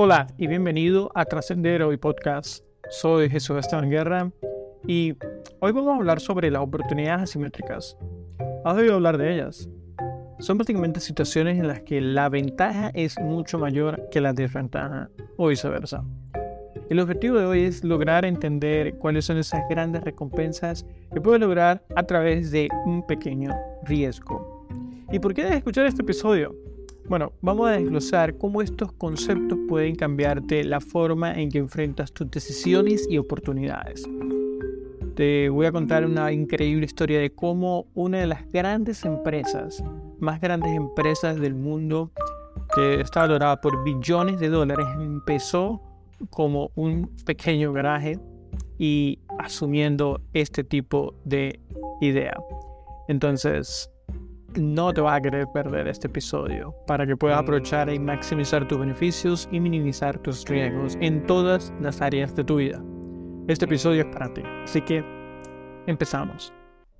Hola y bienvenido a Trascender Hoy Podcast. Soy Jesús Esteban Guerra y hoy vamos a hablar sobre las oportunidades asimétricas. ¿Has oído hablar de ellas? Son prácticamente situaciones en las que la ventaja es mucho mayor que la desventaja o viceversa. El objetivo de hoy es lograr entender cuáles son esas grandes recompensas que puedes lograr a través de un pequeño riesgo. ¿Y por qué debes escuchar este episodio? Bueno, vamos a desglosar cómo estos conceptos pueden cambiarte la forma en que enfrentas tus decisiones y oportunidades. Te voy a contar una increíble historia de cómo una de las más grandes empresas del mundo, que está valorada por billones de dólares, empezó como un pequeño garaje y asumiendo este tipo de idea. Entonces, no te vas a querer perder este episodio para que puedas aprovechar y maximizar tus beneficios y minimizar tus riesgos en todas las áreas de tu vida. Este episodio es para ti, así que empezamos.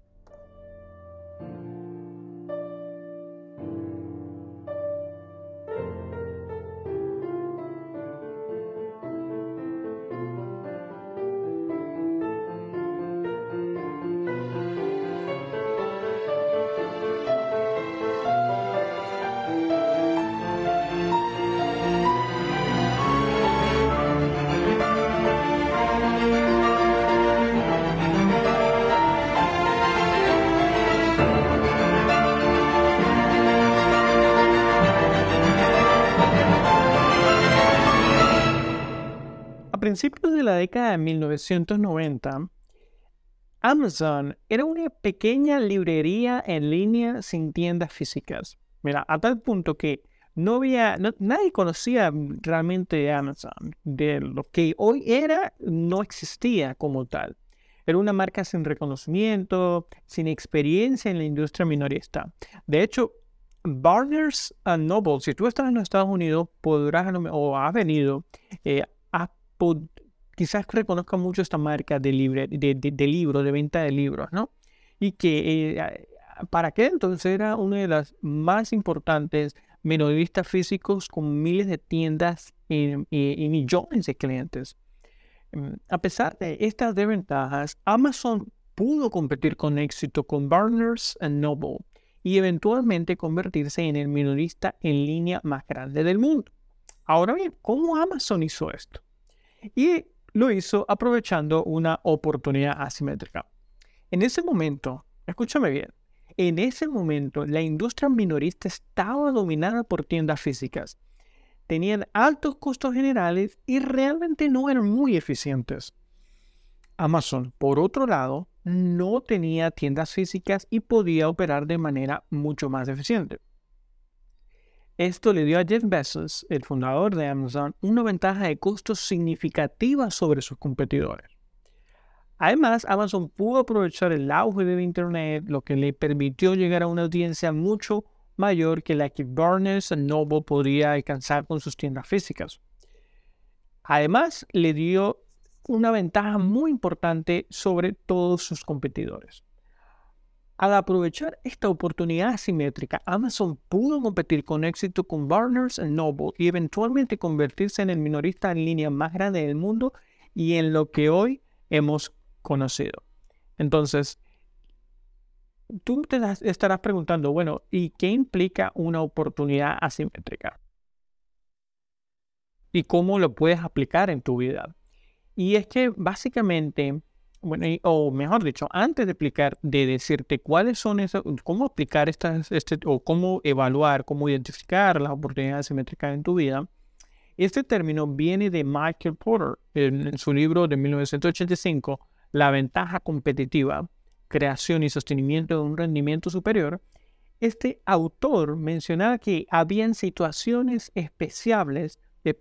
A principios de la década de 1990, Amazon era una pequeña librería en línea sin tiendas físicas. Mira, a tal punto que nadie conocía realmente de Amazon. De lo que hoy era, no existía como tal. Era una marca sin reconocimiento, sin experiencia en la industria minorista. De hecho, Barnes & Noble, si tú estás en los Estados Unidos, podrás o has venido, quizás reconozca mucho esta marca de libros, de venta de libros, ¿no? Y que para aquel entonces era una de las más importantes minoristas físicos con miles de tiendas y millones de clientes. A pesar de estas desventajas, Amazon pudo competir con éxito con Barnes & Noble y eventualmente convertirse en el minorista en línea más grande del mundo. Ahora bien, ¿cómo Amazon hizo esto? Y lo hizo aprovechando una oportunidad asimétrica. En ese momento, escúchame bien, en ese momento la industria minorista estaba dominada por tiendas físicas. Tenían altos costos generales y realmente no eran muy eficientes. Amazon, por otro lado, no tenía tiendas físicas y podía operar de manera mucho más eficiente. Esto le dio a Jeff Bezos, el fundador de Amazon, una ventaja de costos significativa sobre sus competidores. Además, Amazon pudo aprovechar el auge del Internet, lo que le permitió llegar a una audiencia mucho mayor que la que Barnes & Noble podría alcanzar con sus tiendas físicas. Además, le dio una ventaja muy importante sobre todos sus competidores. Al aprovechar esta oportunidad asimétrica, Amazon pudo competir con éxito con Barnes & Noble y eventualmente convertirse en el minorista en línea más grande del mundo y en lo que hoy hemos conocido. Entonces, tú te estarás preguntando, bueno, ¿y qué implica una oportunidad asimétrica? ¿Y cómo lo puedes aplicar en tu vida? Y es que básicamente, bueno, o mejor dicho, antes de decirte cuáles son esas, cómo aplicar o cómo evaluar, cómo identificar las oportunidades asimétricas en tu vida, este término viene de Michael Porter en su libro de 1985, La ventaja competitiva, creación y sostenimiento de un rendimiento superior. Este autor mencionaba que habían situaciones especiales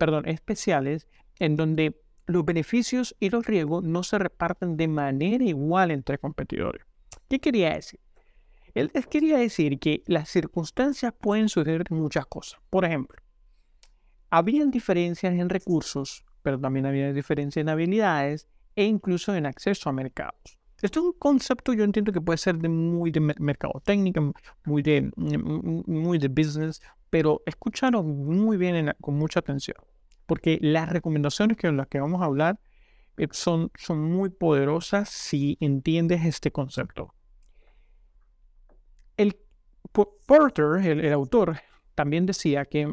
en donde los beneficios y los riesgos no se reparten de manera igual entre competidores. ¿Qué quería decir? Él quería decir que las circunstancias pueden suceder muchas cosas. Por ejemplo, habían diferencias en recursos, pero también había diferencias en habilidades e incluso en acceso a mercados. Esto es un concepto, yo entiendo que puede ser muy de mercadotecnia, muy de business, pero escúchalo muy bien con mucha atención. porque las recomendaciones que las que vamos a hablar son muy poderosas si entiendes este concepto. El Porter, el autor, también decía que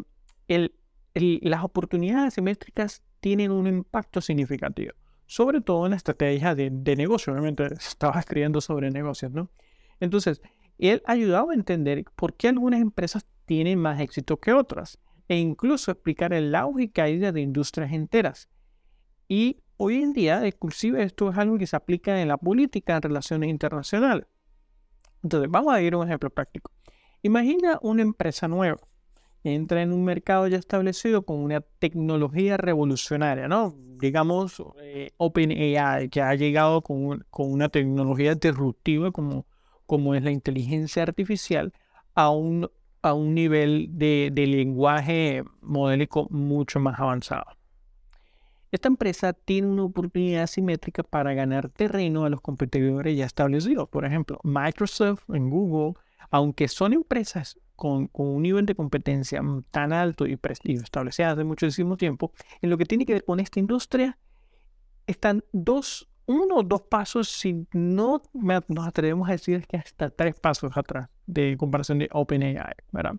las oportunidades asimétricas tienen un impacto significativo, sobre todo en la estrategia de negocio. Obviamente estaba escribiendo sobre negocios, ¿no? Entonces, él ayudaba a entender por qué algunas empresas tienen más éxito que otras e incluso explicar el auge y caída de industrias enteras. Y hoy en día, inclusive, esto es algo que se aplica en la política en relaciones internacionales. Entonces, vamos a ir a un ejemplo práctico. Imagina una empresa nueva. Entra en un mercado ya establecido con una tecnología revolucionaria, ¿no? Digamos, OpenAI, que ha llegado con una tecnología disruptiva como es la inteligencia artificial a un nivel de lenguaje modélico mucho más avanzado. Esta empresa tiene una oportunidad asimétrica para ganar terreno a los competidores ya establecidos. Por ejemplo, Microsoft, en Google, aunque son empresas con un nivel de competencia tan alto y establecidas hace muchísimo tiempo, en lo que tiene que ver con esta industria, están uno o dos pasos, si no nos atrevemos a decir que hasta 3 pasos atrás de comparación de OpenAI, ¿verdad?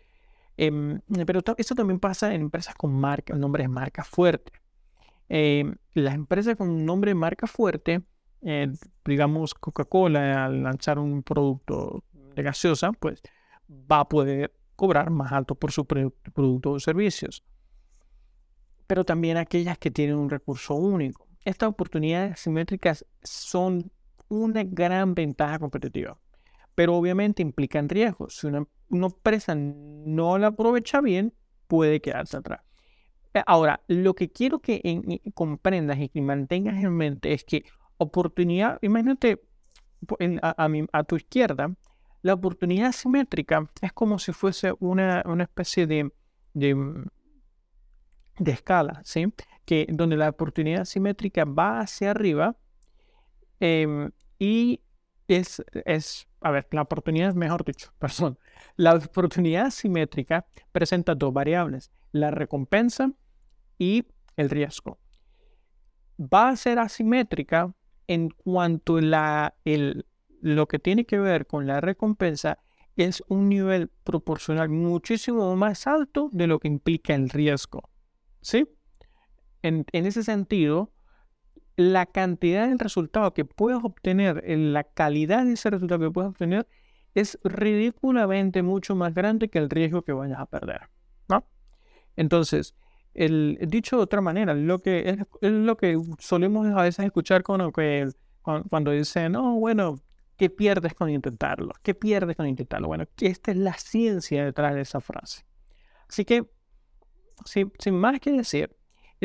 Pero eso también pasa en empresas con nombres de marca fuerte. Las empresas con un nombre de marca fuerte, digamos Coca-Cola, al lanzar un producto de gaseosa, pues va a poder cobrar más alto por su producto o servicios. Pero también aquellas que tienen un recurso único. Estas oportunidades asimétricas son una gran ventaja competitiva, pero obviamente implican riesgos. Si una empresa no la aprovecha bien, puede quedarse atrás. Ahora, lo que quiero que comprendas y que mantengas en mente es que oportunidad, imagínate a tu izquierda, la oportunidad asimétrica es como si fuese una especie de escala, ¿sí? Donde la oportunidad asimétrica va hacia arriba y a ver, la oportunidad, mejor dicho, perdón, la oportunidad asimétrica presenta dos variables, la recompensa y el riesgo. Va a ser asimétrica en cuanto lo que tiene que ver con la recompensa es un nivel proporcional muchísimo más alto de lo que implica el riesgo. ¿Sí? En ese sentido, la cantidad del resultado que puedes obtener, la calidad de ese resultado que puedes obtener es ridículamente mucho más grande que el riesgo que vayas a perder, ¿no? Entonces, dicho de otra manera, es lo que solemos a veces escuchar cuando dicen, no, bueno, ¿qué pierdes con intentarlo? ¿Qué pierdes con intentarlo? Bueno, esta es la ciencia detrás de esa frase. Así que, sin más que decir,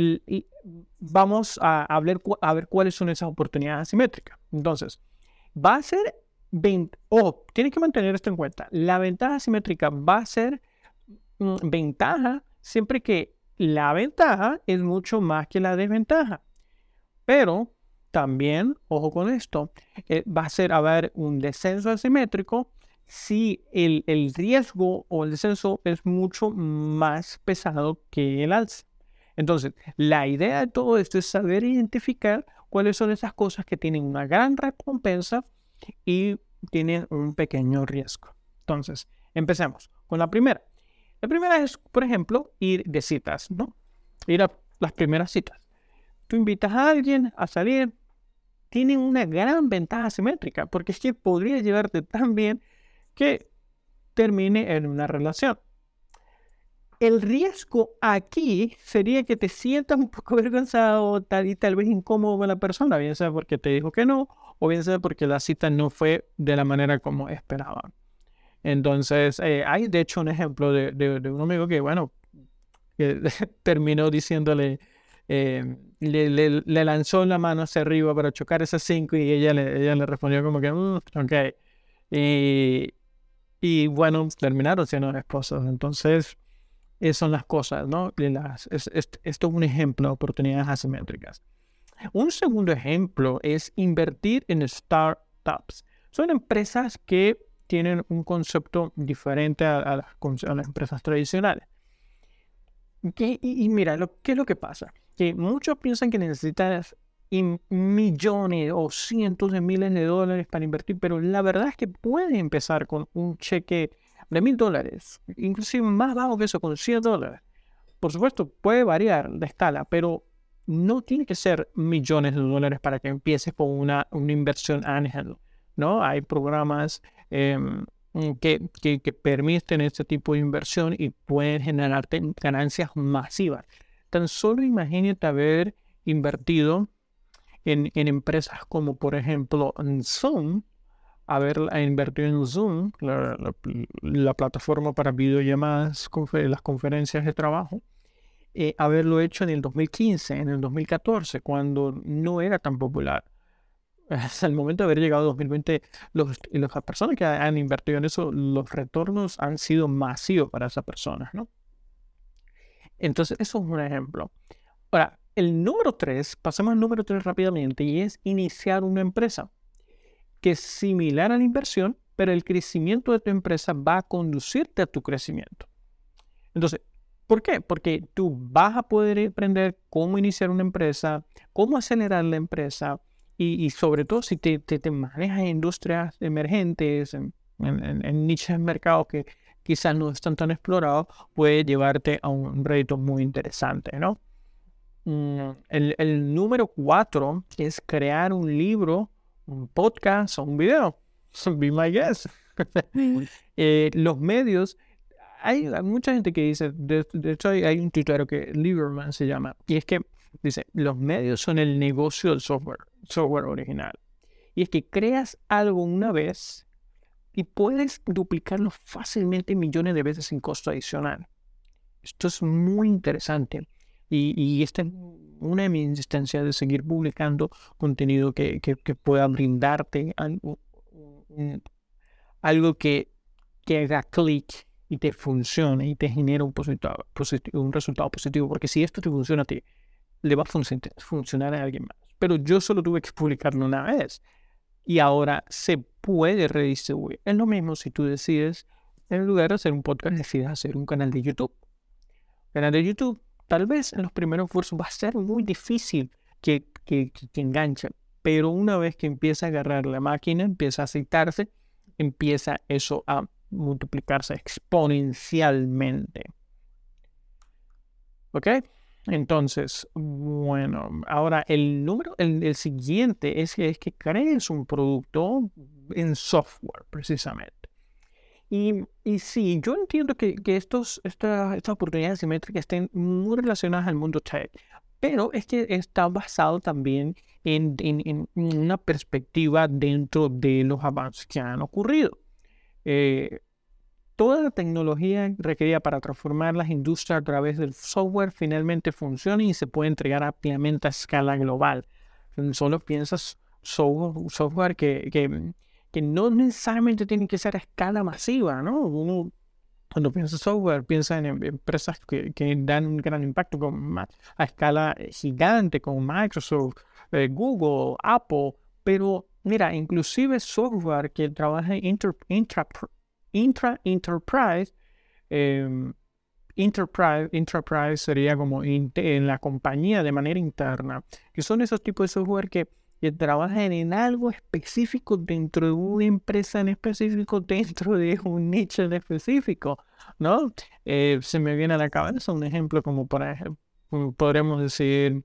vamos a ver cuáles son esas oportunidades asimétricas. Entonces, va a ser, tienes que mantener esto en cuenta, la ventaja asimétrica va a ser ventaja siempre que la ventaja es mucho más que la desventaja. Pero también, ojo con esto, va a haber un descenso asimétrico si el riesgo o el descenso es mucho más pesado que el alza. Entonces, la idea de todo esto es saber identificar cuáles son esas cosas que tienen una gran recompensa y tienen un pequeño riesgo. Entonces, empecemos con la primera. La primera es, por ejemplo, ir de citas, ¿no? Ir a las primeras citas. Tú invitas a alguien a salir, tienen una gran ventaja asimétrica, porque es que podría llevarte tan bien que termine en una relación. El riesgo aquí sería que te sientas un poco avergonzado y tal vez incómodo con la persona, bien sea porque te dijo que no, o bien sea porque la cita no fue de la manera como esperaban. Entonces, hay de hecho un ejemplo de un amigo que, bueno, que terminó diciéndole, le lanzó la mano hacia arriba para chocar esas 5 y ella le respondió como que, ok. Y bueno, terminaron siendo esposos. Entonces, esas son las cosas, ¿no? Esto es un ejemplo de oportunidades asimétricas. Un segundo ejemplo es invertir en startups. Son empresas que tienen un concepto diferente a las empresas tradicionales. Y mira, ¿qué es lo que pasa? Que muchos piensan que necesitas millones o cientos de miles de dólares para invertir, pero la verdad es que puedes empezar con un cheque de $1,000, inclusive más bajo que eso, con $100. Por supuesto, puede variar la escala, pero no tiene que ser millones de dólares para que empieces con una inversión ángel, ¿no? Hay programas que permiten este tipo de inversión y pueden generarte ganancias masivas. Tan solo imagínate haber invertido en empresas como, por ejemplo, en Zoom, haber invertido en Zoom, la plataforma para videollamadas, las conferencias de trabajo, haberlo hecho en el 2015, en el 2014, cuando no era tan popular. Hasta el momento de haber llegado a 2020, las personas que han invertido en eso, los retornos han sido masivos para esas personas, ¿no? Entonces, eso es un ejemplo. Ahora, el número 3, pasemos al número 3 rápidamente, y es iniciar una empresa, que es similar a la inversión, pero el crecimiento de tu empresa va a conducirte a tu crecimiento. Entonces, ¿por qué? Porque tú vas a poder aprender cómo iniciar una empresa, cómo acelerar la empresa y sobre todo si te manejas en industrias emergentes, en nichos de mercado que quizás no están tan explorados, puede llevarte a un rédito muy interesante, ¿no? El número 4 es crear un libro, un podcast o un video. Be my guest. Los medios, hay mucha gente que dice, de hecho hay un tuitero que Lieberman se llama, y es que dice, los medios son el negocio del software original. Y es que creas algo una vez y puedes duplicarlo fácilmente millones de veces sin costo adicional. Esto es muy interesante. Y esta es una de mis insistencias de seguir publicando contenido que pueda brindarte algo que haga clic y te funcione y te genera un resultado positivo. Porque si esto te funciona a ti, le va a funcionar a alguien más. Pero yo solo tuve que publicarlo una vez. Y ahora se puede redistribuir. Es lo mismo si tú decides, en lugar de hacer un podcast, decides hacer un canal de YouTube. Canal de YouTube, tal vez en los primeros cursos va a ser muy difícil que enganche. Pero una vez que empieza a agarrar la máquina, empieza a aceitarse, empieza eso a multiplicarse exponencialmente. ¿Ok? Entonces, bueno, ahora el siguiente es que crees un producto en software, precisamente. Y sí, yo entiendo que estas oportunidades simétricas estén muy relacionadas al mundo tech, pero es que está basado también en una perspectiva dentro de los avances que han ocurrido. Toda la tecnología requerida para transformar las industrias a través del software finalmente funciona y se puede entregar ampliamente a escala global. Solo piensas software que no necesariamente tiene que ser a escala masiva, ¿no? Uno, cuando piensa software, piensa en empresas que dan un gran impacto a escala gigante, como Microsoft, Google, Apple. Pero mira, inclusive software que trabaja en intra-enterprise, enterprise sería como en la compañía de manera interna, que son esos tipos de software que trabajan en algo específico dentro de una empresa en específico, dentro de un nicho en específico, ¿no? Se me viene a la cabeza un ejemplo como podríamos decir,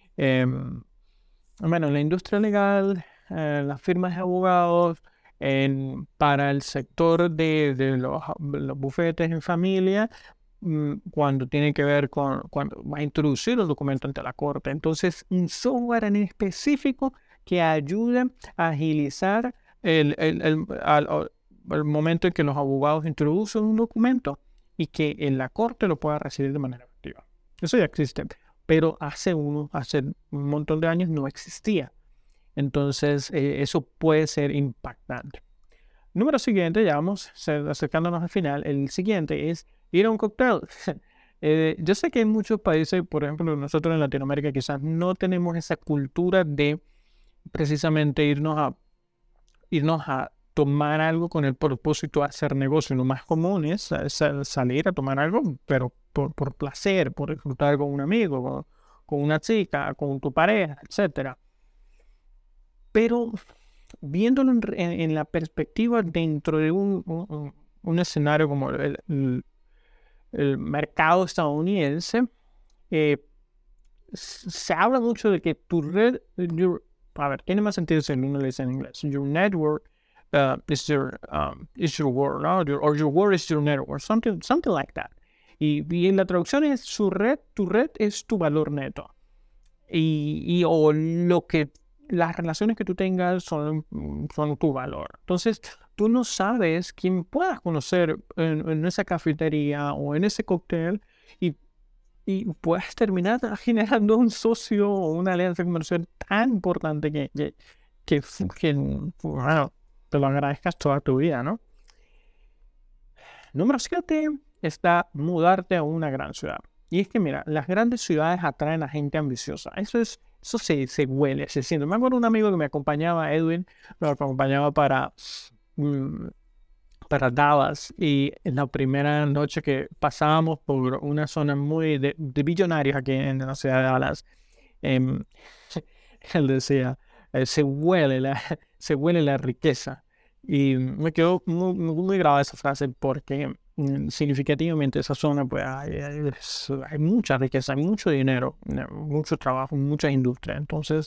bueno, en la industria legal, las firmas de abogados, para el sector de los bufetes en familia, cuando tiene que ver cuando va a introducir los documentos ante la corte. Entonces, un software en específico que ayude a agilizar el momento en que los abogados introducen un documento y que en la corte lo pueda recibir de manera efectiva. Eso ya existe, pero hace un montón de años no existía. Entonces, eso puede ser impactante. Número siguiente, ya vamos acercándonos al final. El siguiente es ir a un cóctel. Yo sé que en muchos países, por ejemplo, nosotros en Latinoamérica quizás no tenemos esa cultura de precisamente irnos a tomar algo con el propósito de hacer negocio. Lo más común es salir a tomar algo, pero por placer, por disfrutar con un amigo, con una chica, con tu pareja, etcétera. Pero viéndolo en la perspectiva dentro de un escenario como el mercado estadounidense, se habla mucho de que tu red, a ver, tiene más sentido si uno le dice en inglés. Your network is your world, ¿no? Or your world is your network, something like that. Y en la traducción es tu red es tu valor neto. O lo que las relaciones que tú tengas son tu valor. Entonces, tú no sabes quién puedas conocer en esa cafetería o en ese cóctel y puedes terminar generando un socio o una alianza comercial tan importante que bueno, te lo agradezcas toda tu vida, ¿no? Número 7 está mudarte a una gran ciudad. Y es que, mira, las grandes ciudades atraen a gente ambiciosa. Eso se huele, se siente. Me acuerdo de un amigo que me acompañaba, Edwin, me acompañaba para Dallas, y en la primera noche que pasábamos por una zona muy de billonarios aquí en la ciudad de Dallas, él decía, se huele la riqueza. Y me quedó muy grabada esa frase porque significativamente esa zona pues hay mucha riqueza, hay mucho dinero, mucho trabajo, mucha industria. Entonces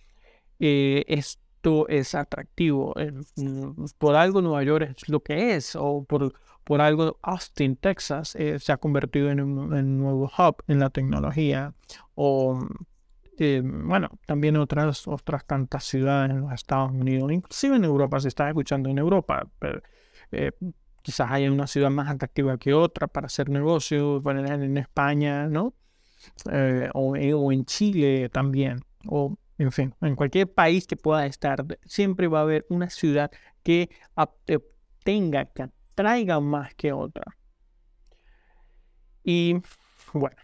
esto es atractivo. Por algo Nueva York es lo que es, o por algo Austin, Texas, se ha convertido en un nuevo hub en la tecnología, o bueno, también otras tantas ciudades en los Estados Unidos, inclusive en Europa. Se está escuchando en Europa, pero quizás haya una ciudad más atractiva que otra para hacer negocios, en España, ¿no? O en Chile también, o en fin, en cualquier país que pueda estar, siempre va a haber una ciudad que que atraiga más que otra. Y bueno,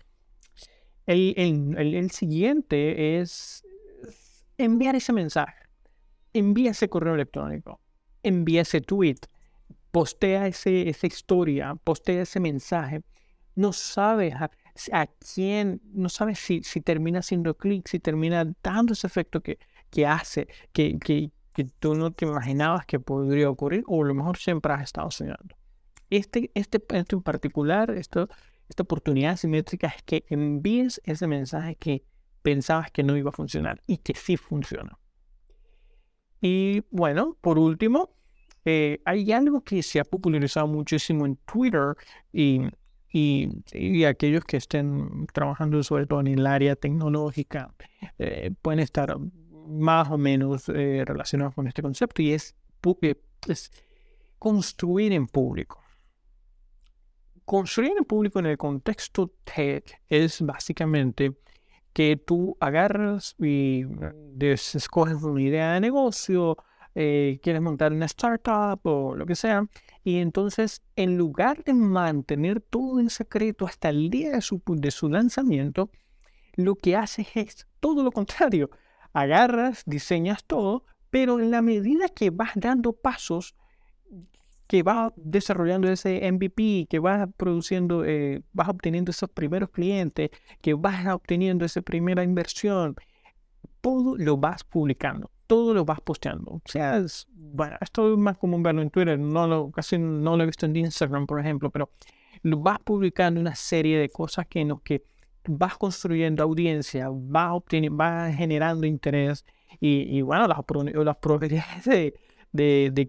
el siguiente es enviar ese mensaje, envía ese correo electrónico, envía ese tweet, postea esa historia, postea ese mensaje. No sabes a quién, no sabes si termina haciendo clic, si termina dando ese efecto que hace, que tú no te imaginabas que podría ocurrir, o a lo mejor siempre has estado soñando. Esto en particular, esta oportunidad simétrica es que envíes ese mensaje que pensabas que no iba a funcionar y que sí funciona. Y bueno, por último, hay algo que se ha popularizado muchísimo en Twitter y aquellos que estén trabajando sobre todo en el área tecnológica pueden estar más o menos relacionados con este concepto, y es construir en público. Construir en público en el contexto tech es básicamente que tú agarras y escoges una idea de negocio, quieres montar una startup o lo que sea, y entonces en lugar de mantener todo en secreto hasta el día de su lanzamiento, lo que haces es todo lo contrario. Agarras, diseñas todo, pero en la medida que vas dando pasos, que vas desarrollando ese MVP, que vas produciendo, vas obteniendo esos primeros clientes, que vas obteniendo esa primera inversión, todo lo vas publicando, todo lo vas posteando. O sea, bueno, esto es más común verlo en Twitter, casi no lo he visto en Instagram, por ejemplo, pero lo vas publicando una serie de cosas en las que vas construyendo audiencia, vas generando interés, y bueno, las probabilidades de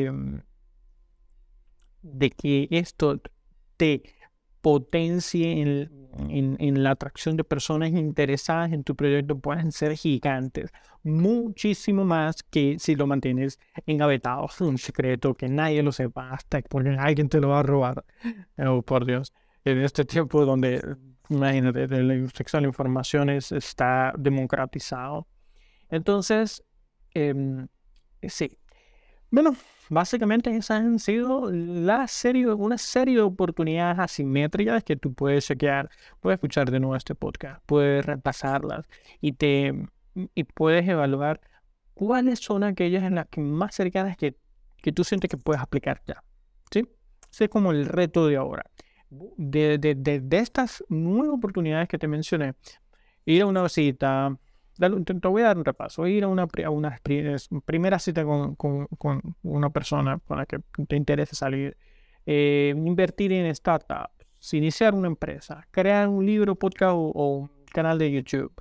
que esto te potencie en la atracción de personas interesadas en tu proyecto pueden ser gigantes, muchísimo más que si lo mantienes engavetado, un secreto que nadie lo sepa hasta porque alguien te lo va a robar. Oh, por Dios, en este tiempo donde, imagínate, el acceso a la información está democratizado. Entonces, sí. Bueno, básicamente esas han sido una serie de oportunidades asimétricas que tú puedes chequear, puedes escuchar de nuevo este podcast, puedes repasarlas y puedes evaluar cuáles son aquellas en las que más cercanas que que tú sientes que puedes aplicar ya. ¿Sí? Ese es como el reto de ahora. De estas 9 oportunidades que te mencioné, ir a una cita, te voy a dar un repaso, ir a una primera cita con una persona con la que te interesa salir, invertir en startups, iniciar una empresa, crear un libro, podcast o un canal de YouTube.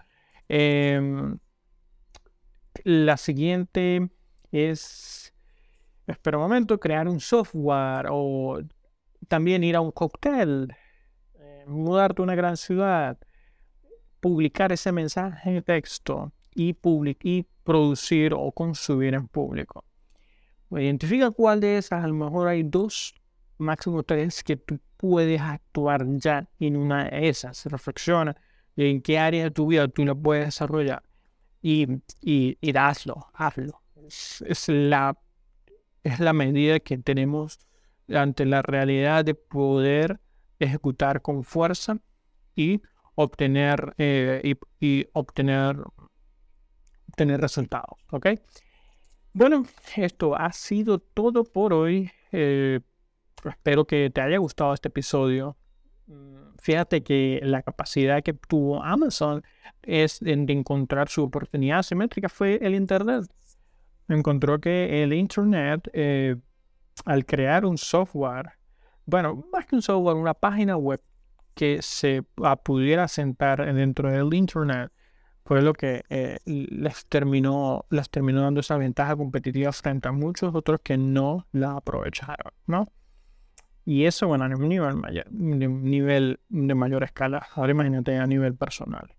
La siguiente es, espera un momento, crear un software o también ir a un cóctel, mudarte a una gran ciudad, publicar ese mensaje en texto y producir o consumir en público. Identifica cuál de esas, a lo mejor hay 2, máximo 3 que tú puedes actuar ya en una de esas. Reflexiona en qué área de tu vida tú la puedes desarrollar y hazlo. Es la medida que tenemos ante la realidad de poder ejecutar con fuerza y obtener obtener resultados, ¿ok? Bueno, esto ha sido todo por hoy. Espero que te haya gustado este episodio. Fíjate que la capacidad que tuvo Amazon es de encontrar su oportunidad asimétrica fue el Internet. Encontró que el Internet, al crear un software, bueno, más que un software, una página web que se pudiera sentar dentro del Internet, fue lo que les terminó dando esa ventaja competitiva frente a muchos otros que no la aprovecharon, ¿no? Y eso, bueno, a un nivel de mayor escala. Ahora imagínate a nivel personal.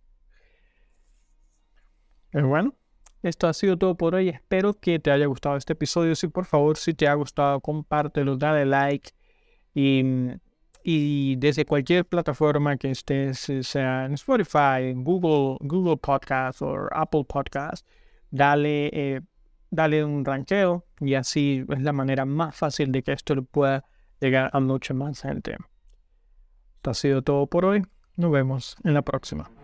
Bueno, esto ha sido todo por hoy. Espero que te haya gustado este episodio. Sí, por favor, si te ha gustado, compártelo, dale like. Y desde cualquier plataforma que estés, sea en Spotify, en Google Podcast o Apple Podcast, dale un ranqueo y así es la manera más fácil de que esto le pueda llegar a mucha más gente. Esto ha sido todo por hoy. Nos vemos en la próxima.